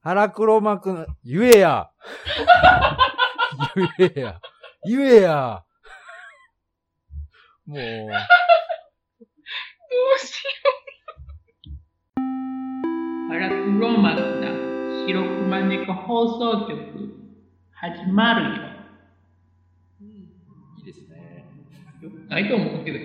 腹黒幕の、言えや言えやもう。 どうしよう。腹黒幕な白熊猫放送局、始まるよ。 いいですね。 よくないと思うけど。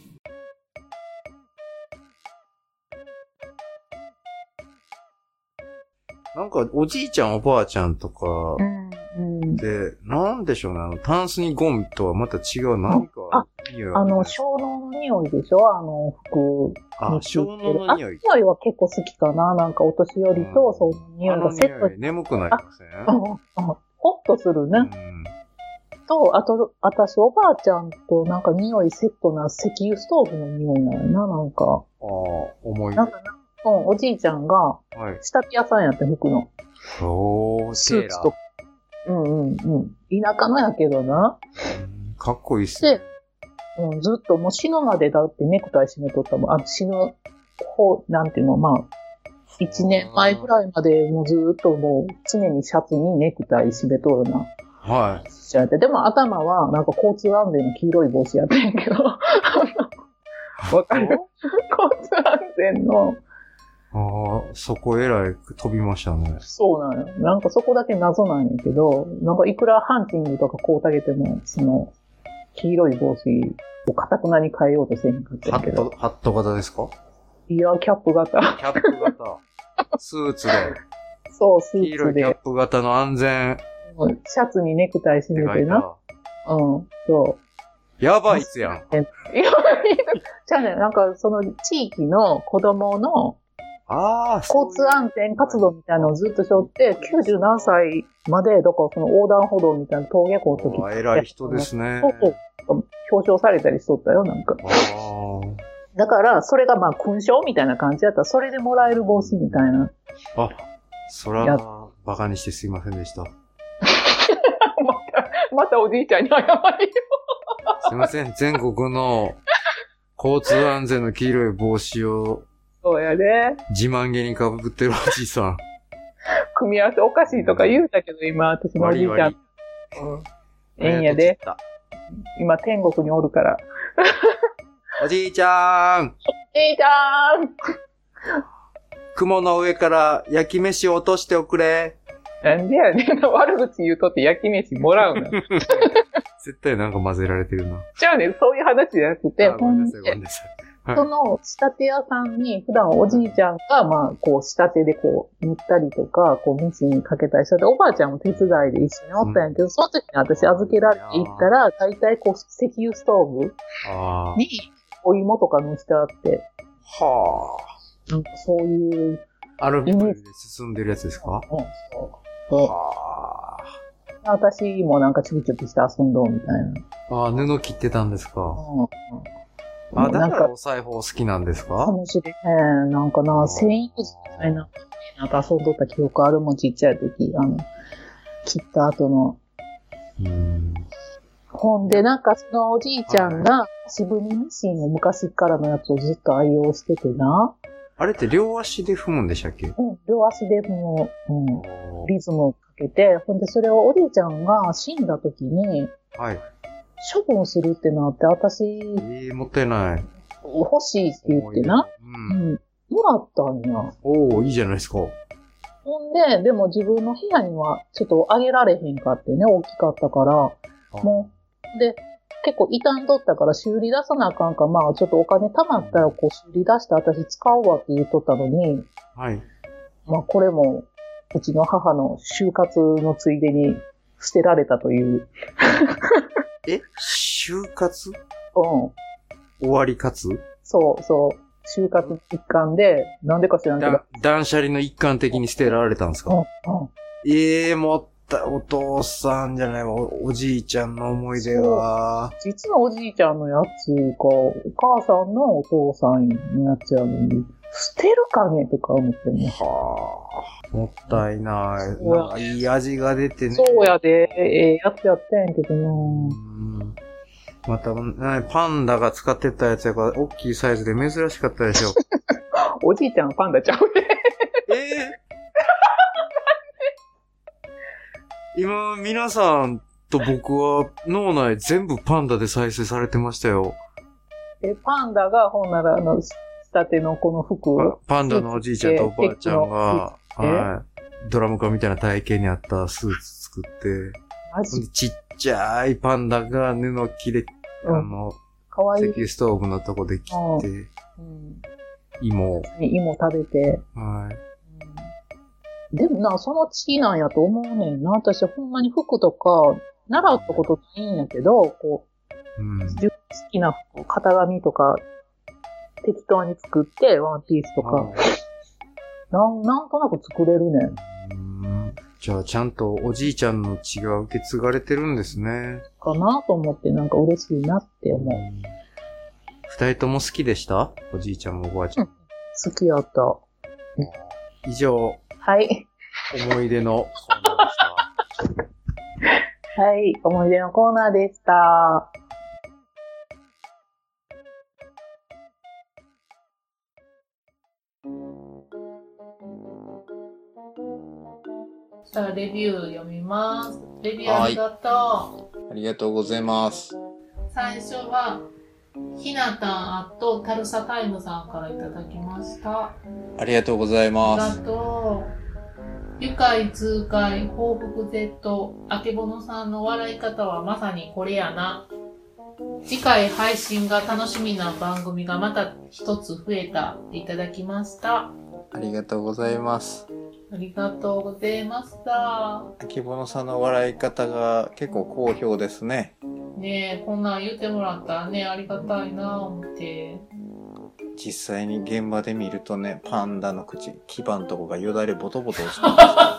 なんか、おじいちゃんおばあちゃんとか、で、なんでしょうね、タンスにゴミとはまた違う何か匂い小脳の匂いでしょ服。 小脳の匂い。 匂いは結構好きかな。なんかお年寄りと、その匂いがセット。 眠くなりません？ ほっとするね。と、あと、私おばあちゃんとなんか匂いセットな石油ストーブの匂いなのな、なんか。 重い。 なんかおじいちゃんが、仕立て屋さんやって服の。スーツとか。田舎のやけどな。 かっこいいっすね。 ずっともう死ぬまでだってネクタイ締めとったもん。死ぬなんていうの、1年前ぐらいまでもうずっともう常にシャツにネクタイ締めとるな。 はい。 でも頭はなんか交通安全の黄色い帽子やってんけど。わかる？交通安全の。 そこえらい飛びましたね。 そうなんよ。なんかそこだけ謎なんやけど、なんかいくらハンティングとかこうたげても、その、黄色い帽子をかたくなに変えようとせへんかったけど。 ハット型ですか？ いや、キャップ型。 キャップ型。スーツで。 そう、スーツで。 黄色いキャップ型の安全。 シャツにネクタイ締めてな。そう。 やばいっすやん。 じゃあね、なんかその地域の子供の、交通安全活動みたいなのをずっとしょって、90何歳まで、だからその横断歩道みたいな登下校の時。 偉い人ですね。 そう。表彰されたりしとったよ、なんか。だから、それが勲章みたいな感じだったら、それでもらえる帽子みたいな。 そら、バカにしてすいませんでした。 またおじいちゃんに謝りよ。 すいません、全国の交通安全の黄色い帽子を、 そうやで。 自慢げに被ってるおじいさん。 組み合わせおかしいとか言うたけど、今、私のおじいちゃん。えんやで。今、天国におるから。 おじいちゃん。 おじいちゃん。 雲の上から焼き飯を落としておくれ。 なんでやねん。悪口言うとって焼き飯もらうの。 絶対なんか混ぜられてるな。 じゃあね、そういう話じゃなくて、 ごめんなさい、ごめんなさい。 その仕立て屋さんに普段おじいちゃんが、こう仕立てでこう塗ったりとか、こう道にかけたりして、おばあちゃんも手伝いで一緒におったんやけど、その時に私預けられて行ったら、大体こう石油ストーブにお芋とか乗せてあって。なんかそういう。 アルミホイルで進んでるやつですか？ そう。私もなんかチュキチュキして遊んどうみたいな。 布切ってたんですか？だからお裁縫好きなんですか？ かもしれへん。なんかな、繊維くずみたいな、なんか遊んどった記憶あるもん、ちっちゃい時。切った後の。ほんで、なんかそのおじいちゃんが、渋みミシンを昔からのやつをずっと愛用しててな。 あれって両足で踏むんでしたっけ？ 両足で踏む、リズムをかけて、ほんでそれをおじいちゃんが死んだ時に、処分するってなって、私、 もったいない。 欲しいって言ってな。もらったんや。 いいじゃないですか。 ほんで、でも自分の部屋にはちょっとあげられへんかってね、大きかったから。もう、で、結構傷んどったから修理出さなあかんか、ちょっとお金貯まったらこう修理出して私使うわって言っとったのに。これも、うちの母の就活のついでに捨てられたという。 就活？終わり活？ そう。就活一環で、なんでか知らんけど。 断捨離の一環的に捨てられたんですか？もったお父さんじゃないわ、おじいちゃんの思い出は。 実のおじいちゃんのやつか、お母さんのお父さんのやつやのに、捨てるかねとか思っても。 もったいない。いい味が出てね。 そうやで、やつやってんけどな。 また、パンダが使ってたやつやから、大きいサイズで珍しかったでしょ。 おじいちゃんパンダちゃうね。 今、皆さんと僕は脳内全部パンダで再生されてましたよ。 パンダが、ほんなら、仕立てのこの服を。 パンダのおじいちゃんとおばあちゃんが、はい、ドラム缶みたいな体型に合ったスーツ作って、ちっちゃいパンダが布切れ、 かわいい。 石油ストーブのとこで切って、芋食べて。 はい。 でもな、その地なんやと思うねんな。私ほんまに服とか、習ったことないんやけど、こう、自分好きな服、型紙とか、適当に作って、ワンピースとか、なんとなく作れるねん。 じゃあ、ちゃんとおじいちゃんの血が受け継がれてるんですね。 かなと思って、なんか嬉しいなって思う。 二人とも好きでした？おじいちゃんもおばあちゃん。 好きやった。 以上。 はい。 思い出のコーナーでした。 はい、思い出のコーナーでした。さあ、レビュー読みます。レビューありがとう。ありがとうございます。 最初は、ひなたんあとタルサタイムさんからいただきました。 ありがとうございます。 ありがとう。愉快痛快報復 Z あけぼのさんの笑い方はまさにこれやな。次回配信が楽しみな番組がまた一つ増えたっていただきました。 ありがとうございます。 ありがとうございました。 あけぼのさんの笑い方が結構好評ですね。 ねえ、こんなん言ってもらったらね、ありがたいなぁ思って。 実際に現場で見るとね、パンダの牙のとこがよだれボトボト落ちてます。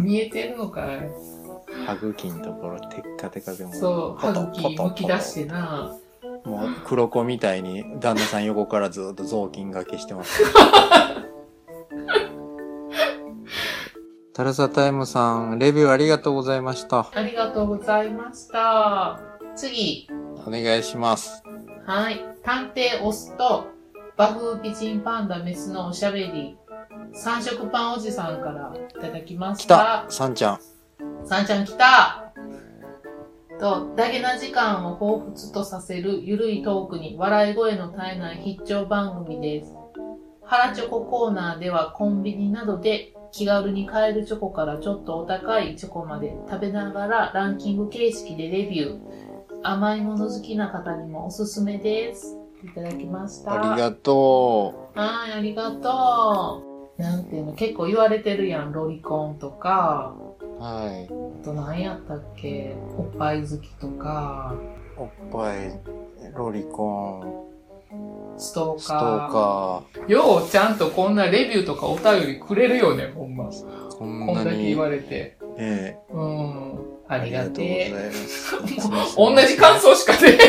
見えてるのかい？ 歯茎のところテッカテカでも。 そう、歯茎むき出してな。 もう黒子みたいに旦那さん横からずっと雑巾がけしてます。タルサタイムさん、レビューありがとうございました。 ありがとうございました。次。 お願いします。 はい。探偵オスと、バフ美人パンダメスのおしゃべり、三色パンおじさんからいただきました。 来たサンちゃん。 サンちゃん来たと、ダゲな時間を彷彿とさせるゆるいトークに笑い声の絶えない必聴番組です。ハラチョココーナーではコンビニなどで気軽に買えるチョコからちょっとお高いチョコまで食べながらランキング形式でレビュー。甘いもの好きな方にもおすすめです。いただきました。 ありがとう。はい、ありがとう。なんていうの、結構言われてるやん、ロリコンとか。 はい。 あと何やったっけ、おっぱい好きとか。 おっぱい、ロリコン。ストーカー。 ようちゃんとこんなレビューとかお便りくれるよね、ほんま。こんだけ言われて。うん。ありがとうございます。同じ感想しかね。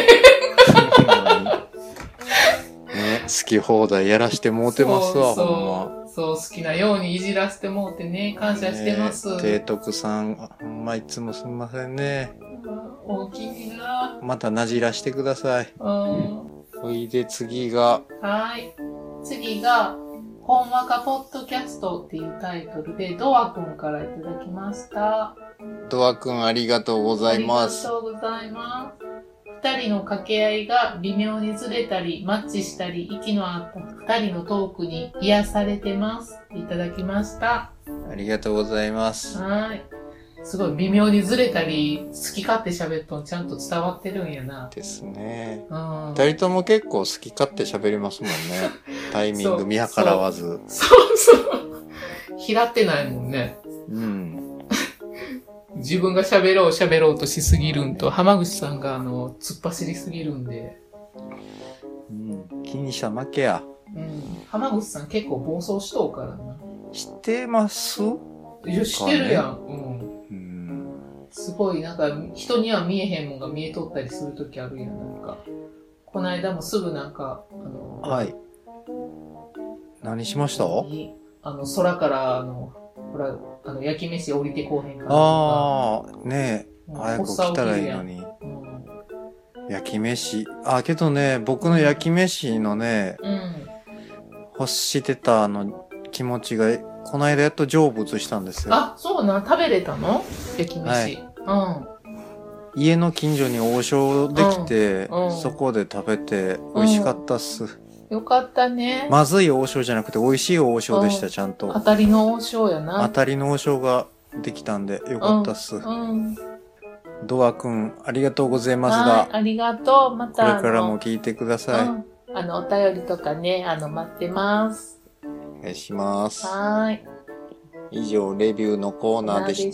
ね、好き放題やらしてもうてますわ、ほんま。 そう、好きなようにいじらせてもうてね、感謝してます。 提督さん、ほんまいつもすみませんね。 大きいな。 またなじらしてください。おいで次が。 はい。次が、ほんわかポッドキャストっていうタイトルで、ドアくんからいただきました。 ドアくんありがとうございます。 ありがとうございます。二人の掛け合いが微妙にずれたり、マッチしたり、息の合った二人のトークに癒されてます。いただきました。 ありがとうございます。 はい。すごい微妙にずれたり、好き勝手喋っとんちゃんと伝わってるんやな。 ですね。二人とも結構好き勝手喋りますもんね。タイミング見計らわず。 そう。拾ってないもんね。 うん。 自分が喋ろうとしすぎるんと、浜口さんが突っ走りすぎるんで。 うん。気にした負けや。 うん。浜口さん結構暴走しとうからな。 してますいや、してるやん。うん。すごい、なんか、人には見えへんもんが見えとったりするときあるやん、なんか。この間もすぐなんか、 はい。何しました？ 空から、ほら、焼き飯降りてこうへんから。 ああ、ねえ、早く来たらいいのに。焼き飯。けどね、僕の焼き飯のね、欲してた気気持ちが、この間やっと成仏したんですよ。 あ、そうなん、食べれたの？焼き飯。 家の近所に王将できて、 うんそこで食べて美味しかったっす。 よかったね。 まずい王将じゃなくて美味しい王将でした、ちゃんと。 当たりの王将や当な。 たりの王将ができたんでよかったっす。ドアくん、ありがとうございますが、 ありがとう。また。 これからも聞いてください。 お便りとかね、待ってます。 お願いします。 はい。 以上、レビューのコーナーでした。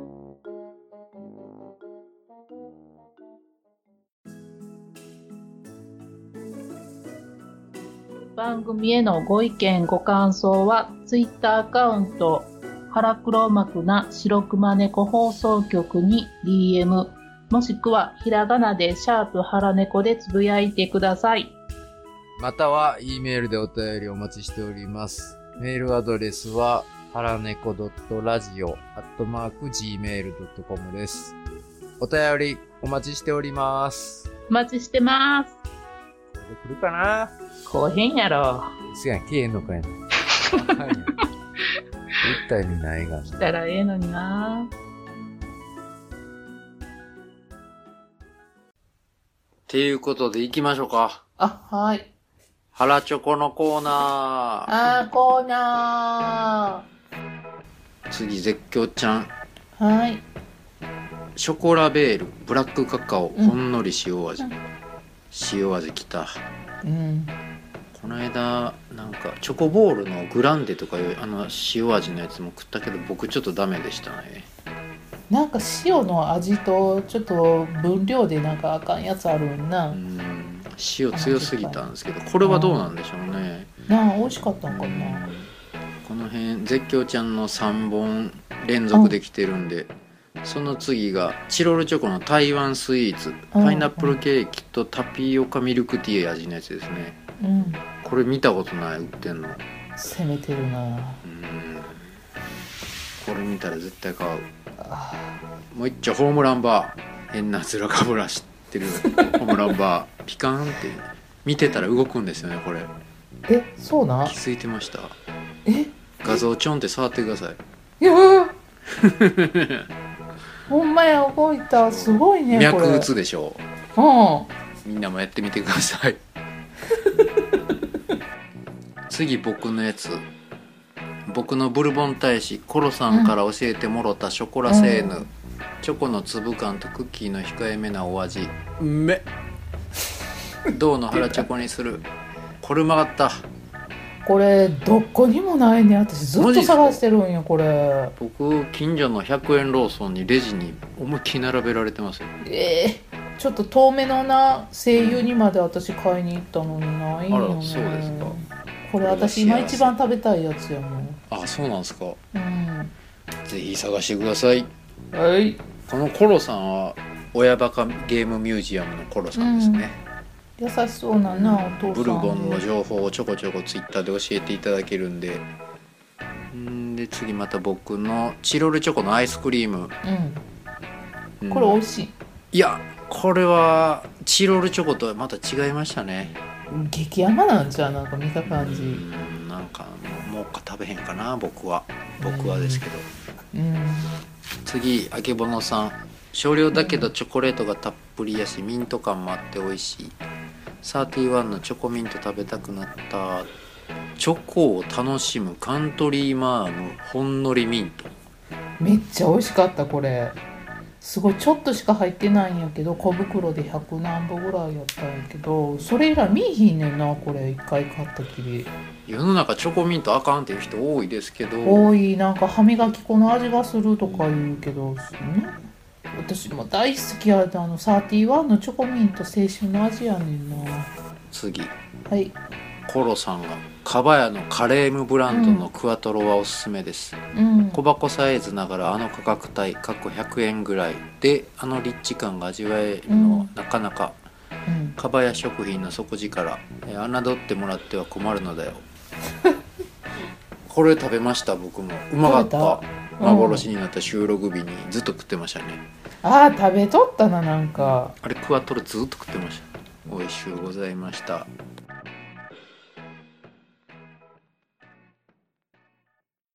番組へのご意見ご感想はツイッターアカウント腹黒幕な白熊猫放送局に DM もしくはひらがなでシャープ腹猫でつぶやいてください。 または E メールでお便りお待ちしております。メールアドレスははらねこ.radio@gmail.com です。お便りお待ちしております。 お待ちしてます。 これ来るかな？ こうへんやろ。 すやん、消えんのかいな。はい。絶対にないがな。 来たらええのにな。 っていうことで行きましょうか。 はい。 腹チョコのコーナー。 コーナー。次、絶叫ちゃん。 はい。 ショコラベール、ブラックカカオ、ほんのり塩味。塩味きた。この間なんかチョコボールのグランデとかいう塩味のやつも食ったけど僕ちょっとダメでしたね。 なんか塩の味とちょっと分量でなんかあかんやつあるんな。 塩強すぎたんですけどこれはどうなんでしょうね。 美味しかったんかな。 この辺絶叫ちゃんの3本連続できてるんで、その次がチロルチョコの台湾スイーツ、パイナップルケーキとタピオカミルクティー味のやつですね。これ見たことない、売ってんの。 攻めてるな。 これ見たら絶対買う。もう一丁ホームランバー、変な面かぶらしてるホームランバーピカーンって見てたら動くんですよねこれ。 そうな。 気づいてました？画像ちょんって触ってください。 ほんまや、動いた。すごいねこれ。 脈打つでしょ。みんなもやってみてください。次僕のやつ、僕のブルボン大使コロさんから教えてもろたショコラセーヌ、チョコの粒感とクッキーの控えめなお味、銅の腹チョコにする。これうまかった。 これどこにもないね。私ずっと探してるんよこれ。 僕近所の100円ローソンにレジに思いっきり並べられてますよ。 ちょっと遠めのな声優にまで私買いに行ったのにないよね。 そうですか。 これ私今一番食べたいやつやもん。 そうなんですか。ぜひ探してください。 はい。 このコロさんは親バカゲームミュージアムのコロさんですね。 優しそうななお父さんで。 ブルボンの情報をちょこちょこツイッターで教えていただけるんで。で次また僕のチロルチョコのアイスクリーム。 これ美味しい。 いやこれはチロルチョコとはまた違いましたね。 激甘なんじゃなんか見た感じ。 なんかもうか食べへんかな僕はですけど。次あけぼのさん、少量だけどチョコレートがたっぷりやしミント感もあって美味しい。31のチョコミント食べたくなった。チョコを楽しむカントリーマームほんのりミント。 めっちゃ美味しかったこれ。すごいちょっとしか入ってないんやけど小袋で100何本ぐらいやったんやけど、それ以来見えひんねんなこれ。一回買ったきり。 世の中チョコミントあかんっていう人多いですけど。 多い。なんか歯磨き粉の味がするとか言うけど、私も大好きやった31のチョコミント青春の味やねんな。 次はいコロさんがカバヤのカレームブランドのクワトロはおすすめです、小箱サイズながら価格帯100円ぐらいでリッチ感が味わえるのはなかなか、カバヤ食品の底力、侮ってもらっては困るのだよ。これ食べました僕も。うまかった。幻になった収録日にずっと食ってましたね。 食べとったな。なんかあれクワトロずっと食ってました。美味しゅうございました。